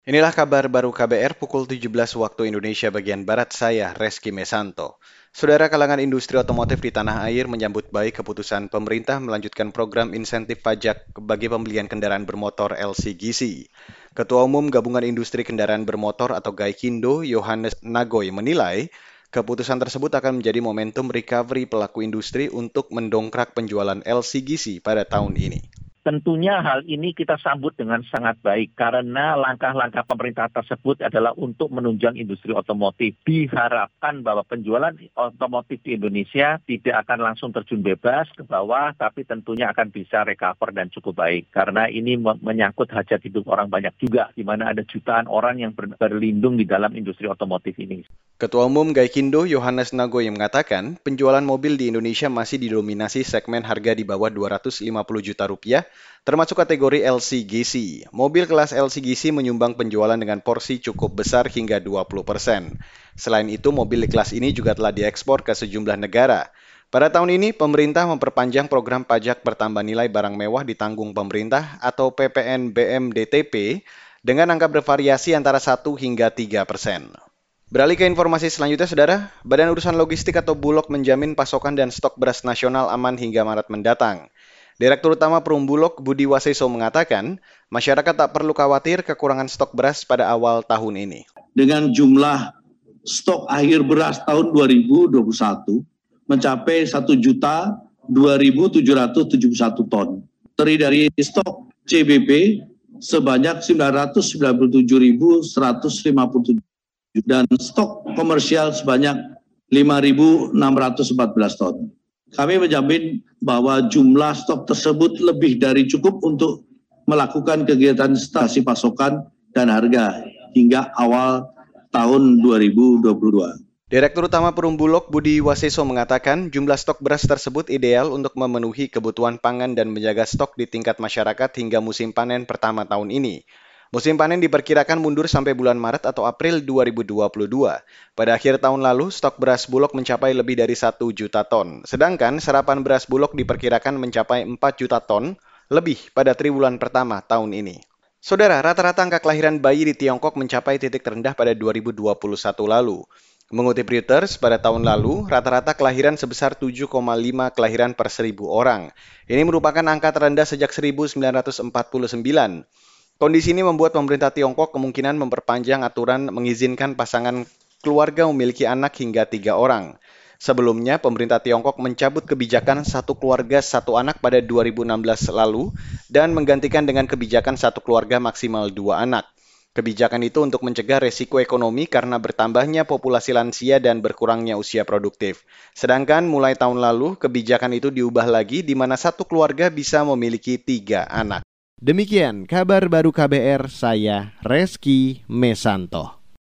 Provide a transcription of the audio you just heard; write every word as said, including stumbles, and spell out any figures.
Inilah kabar baru K B R pukul tujuh belas waktu Indonesia bagian Barat, saya Reski Mesanto. Saudara, kalangan industri otomotif di tanah air menyambut baik keputusan pemerintah melanjutkan program insentif pajak bagi pembelian kendaraan bermotor L C G C. Ketua Umum Gabungan Industri Kendaraan Bermotor atau Gaikindo, Yohanes Nagoy menilai keputusan tersebut akan menjadi momentum recovery pelaku industri untuk mendongkrak penjualan L C G C pada tahun ini. Tentunya hal ini kita sambut dengan sangat baik karena langkah-langkah pemerintah tersebut adalah untuk menunjang industri otomotif. Diharapkan bahwa penjualan otomotif di Indonesia tidak akan langsung terjun bebas ke bawah, tapi tentunya akan bisa recover dan cukup baik. Karena ini menyangkut hajat hidup orang banyak juga, di mana ada jutaan orang yang berlindung di dalam industri otomotif ini. Ketua Umum Gaikindo Yohanes Nagoy mengatakan, penjualan mobil di Indonesia masih didominasi segmen harga di bawah dua ratus lima puluh juta rupiah, termasuk kategori L C G C. Mobil kelas L C G C menyumbang penjualan dengan porsi cukup besar hingga dua puluh persen. Selain itu, mobil di kelas ini juga telah diekspor ke sejumlah negara. Pada tahun ini, pemerintah memperpanjang program pajak bertambah nilai barang mewah ditanggung pemerintah atau P P N B M D T P dengan angka bervariasi antara satu hingga tiga persen. Beralih ke informasi selanjutnya, Saudara. Badan Urusan Logistik atau Bulog menjamin pasokan dan stok beras nasional aman hingga Maret mendatang. Direktur Utama Perum Bulog Budi Waseso mengatakan, masyarakat tak perlu khawatir kekurangan stok beras pada awal tahun ini. Dengan jumlah stok akhir beras tahun dua ribu dua puluh satu mencapai satu juta dua ribu tujuh ratus tujuh puluh satu ton. Terdiri dari stok C B P sebanyak sembilan ratus sembilan puluh tujuh ribu seratus lima puluh tujuh dan stok komersial sebanyak lima ribu enam ratus empat belas ton. Kami menjamin bahwa jumlah stok tersebut lebih dari cukup untuk melakukan kegiatan stasi pasokan dan harga hingga awal tahun dua ribu dua puluh dua. Direktur Utama Perum Bulog Budi Waseso mengatakan jumlah stok beras tersebut ideal untuk memenuhi kebutuhan pangan dan menjaga stok di tingkat masyarakat hingga musim panen pertama tahun ini. Musim panen diperkirakan mundur sampai bulan Maret atau April dua ribu dua puluh dua. Pada akhir tahun lalu, stok beras Bulog mencapai lebih dari satu juta ton. Sedangkan serapan beras Bulog diperkirakan mencapai empat juta ton lebih pada triwulan pertama tahun ini. Saudara, rata-rata angka kelahiran bayi di Tiongkok mencapai titik terendah pada dua ribu dua puluh satu lalu. Mengutip Reuters, pada tahun lalu, rata-rata kelahiran sebesar tujuh koma lima kelahiran per seribu orang. Ini merupakan angka terendah sejak seribu sembilan ratus empat puluh sembilan. Kondisi ini membuat pemerintah Tiongkok kemungkinan memperpanjang aturan mengizinkan pasangan keluarga memiliki anak hingga tiga orang. Sebelumnya, pemerintah Tiongkok mencabut kebijakan satu keluarga satu anak pada dua ribu enam belas lalu dan menggantikan dengan kebijakan satu keluarga maksimal dua anak. Kebijakan itu untuk mencegah resiko ekonomi karena bertambahnya populasi lansia dan berkurangnya usia produktif. Sedangkan mulai tahun lalu, kebijakan itu diubah lagi di mana satu keluarga bisa memiliki tiga anak. Demikian kabar baru K B R, saya Reski Mesanto.